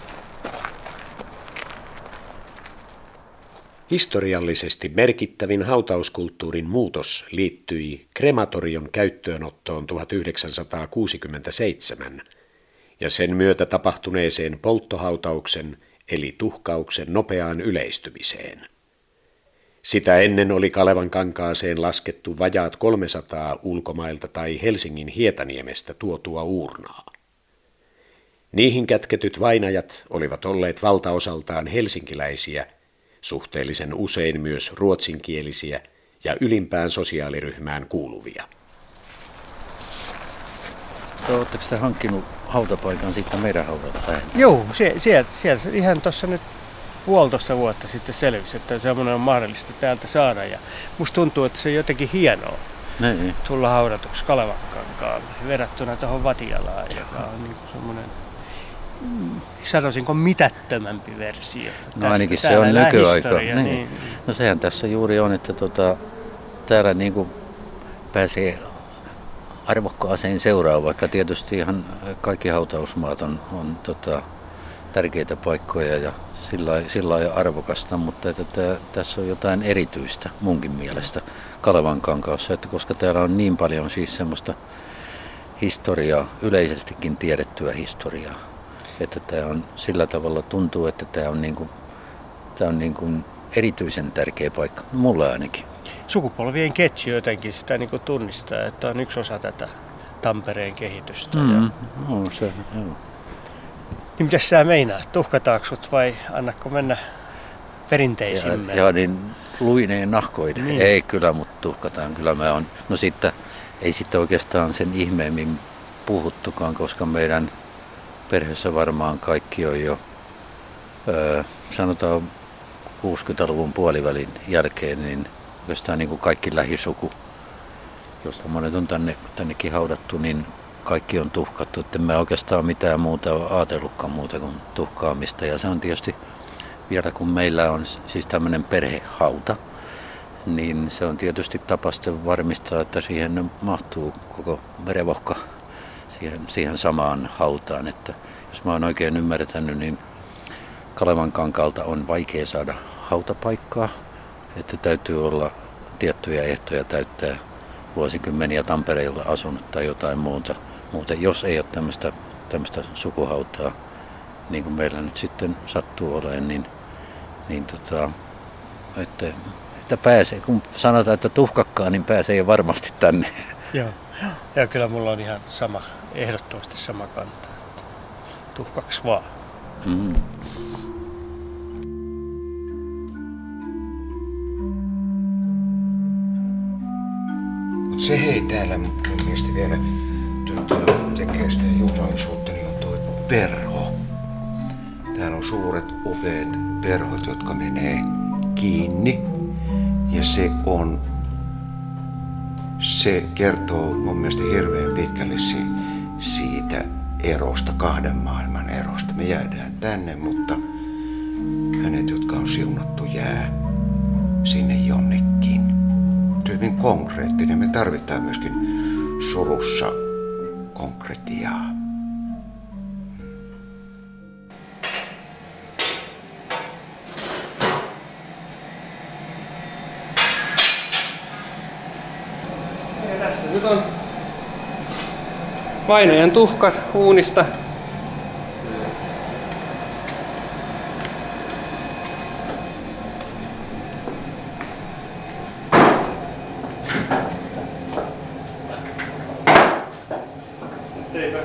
Historiallisesti merkittävin hautauskulttuurin muutos liittyi krematorion käyttöönottoon tuhatyhdeksänsataakuusikymmentäseitsemän, ja sen myötä tapahtuneeseen polttohautauksen eli tuhkauksen nopeaan yleistymiseen. Sitä ennen oli Kalevankankaaseen laskettu vajaat kolmesataa ulkomailta tai Helsingin Hietaniemestä tuotua uurnaa. Niihin kätketyt vainajat olivat olleet valtaosaltaan helsinkiläisiä, suhteellisen usein myös ruotsinkielisiä ja ylimpään sosiaaliryhmään kuuluvia. Oletteko te hankkinut hautapaikan siitä meidän haudalta päin? Joo, sieltä, sieltä, sieltä ihan tuossa nyt puolitoista vuotta sitten selvisi, että semmoinen on mahdollista täältä saada. Ja musta tuntuu, että se on jotenkin hienoa Niin. tulla haudatuksi Kalevankankaalle verrattuna tuohon Vatialaan, joka on niin kuin semmoinen, mm, sanoisinko mitättömämpi versio. No ainakin tästä. se on Täällä nykyaika. historia, Niin. niin. No sehän tässä juuri on, että tota, täällä niin kuin pääsee arvokkaaseen seuraan, vaikka tietysti ihan kaikki hautausmaat on, on tota, tärkeitä paikkoja ja sillä, sillä lailla arvokasta, mutta että tää, tässä on jotain erityistä munkin mielestä Kalevankankaassa, että koska täällä on niin paljon siis semmoista historiaa, yleisestikin tiedettyä historiaa, että tämä on sillä tavalla tuntuu, että tämä on, niinku, tää on niinku erityisen tärkeä paikka, mulle ainakin. Sukupolvien ketju jotenkin sitä niin kuin tunnistaa, että on yksi osa tätä Tampereen kehitystä. Mm, Ja... no, se, joo. Niin mitäs sä meinaat? Tuhkataanko sut vai annatko mennä perinteisimmään? Ja, ja niin luineen nahkoinen. Niin. Ei kyllä, mutta tuhkataan. Kyllä mä on. No sitten ei sitten oikeastaan sen ihmeemmin puhuttukaan, koska meidän perheessä varmaan kaikki on jo, öö, sanotaan kuusikymmentäluvun puolivälin jälkeen, niin oikeastaan niin kuin kaikki lähisuku, josta monet on tänne, tännekin haudattu, niin kaikki on tuhkattu. Että mä oikeastaan mitään muuta ole ajatellutkaan muuta kuin tuhkaamista. Ja se on tietysti vielä kun meillä on siis tämmöinen perhehauta, niin se on tietysti tapa sitten varmistaa, että siihen mahtuu koko revohka siihen, siihen samaan hautaan. Että jos mä oon oikein ymmärtänyt, niin Kalevankankaalta on vaikea saada hautapaikkaa, että täytyy olla tiettyjä ehtoja täyttää vuosikymmeniä Tampereella asunut tai jotain muuta. Muuten jos ei ole tämmöistä, tämmöistä sukuhautaa, niin kuin meillä nyt sitten sattuu olemaan, niin, niin tota, että, että pääsee, kun sanotaan, että tuhkakkaa, niin pääsee jo varmasti tänne. Joo. Ja kyllä mulla on ihan sama, ehdottomasti sama kanta, että tuhkaks vaan. Mm. Mutta se hei täällä mun mielestä vielä tuota, tekee sitä juhlallisuutta, niin on toi perho. Täällä on suuret upeat perhot, jotka menee kiinni. Ja se on, se kertoo mun mielestä hirveän pitkälle siitä erosta, kahden maailman erosta. Me jäädään tänne, mutta hänet, jotka on siunattu, jää sinne jonnekin. Se on hyvin konkreettinen. Me tarvitaan myöskin surussa konkretiaa. Ja tässä nyt on vainajan tuhkat uunista. Eipä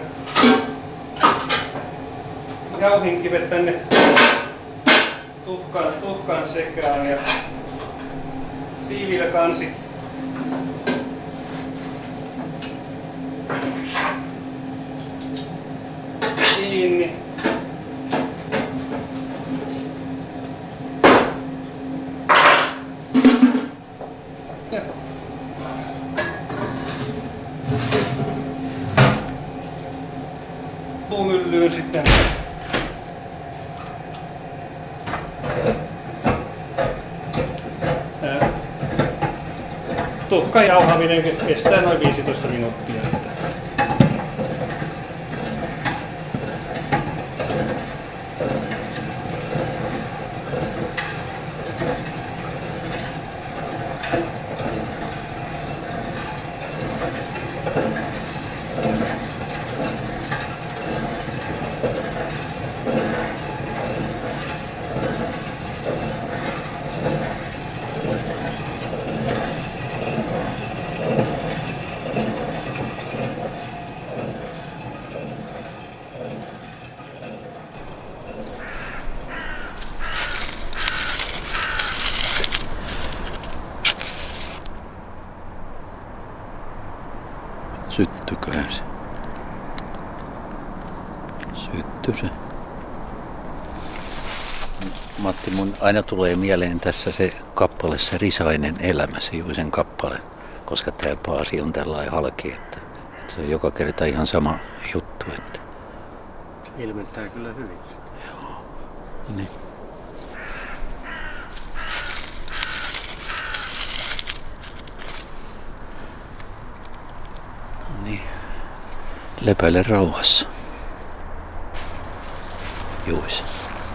jauhinkivet tänne tuhkaan, tuhkaan sekaan ja siivillä kansi. Kiinni. Ja. Puumyllyyn sitten. Ää, Tuhkan jauhaminen kestää noin viisitoista minuuttia. Syttyköhän se? Sytty se. Matti, mun aina tulee mieleen tässä se kappale, se Risainen elämä, se Juisen kappale, koska tämä Paasi on tällainen halki, että, että se on joka kerta ihan sama juttu. Että. Se ilmentää kyllä hyvin. Joo. Niin. Niin. Lepäile rauhassa. Juis.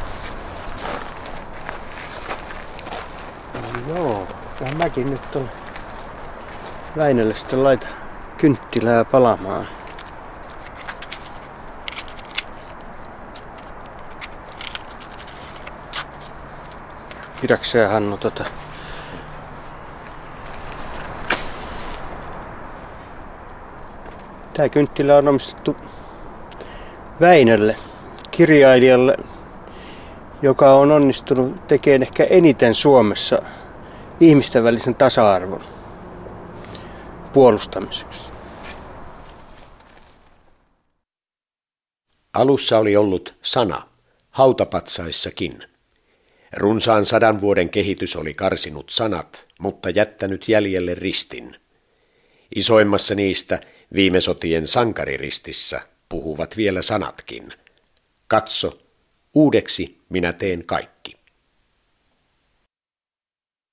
No joo, kyllä mäkin nyt tuolla Väinölle sitten laita kynttilää palamaan. Pidäksä Hannu tota... Tää kynttilä on omistettu Väinölle, kirjailijalle, joka on onnistunut tekemään ehkä eniten Suomessa ihmisten välisen tasa-arvon puolustamiseksi. Alussa oli ollut sana, hautapatsaissakin. Runsaan sadan vuoden kehitys oli karsinut sanat, mutta jättänyt jäljelle ristin. Isoimmassa niistä, viime sotien sankariristissä, puhuvat vielä sanatkin. Katso, uudeksi minä teen kaikki.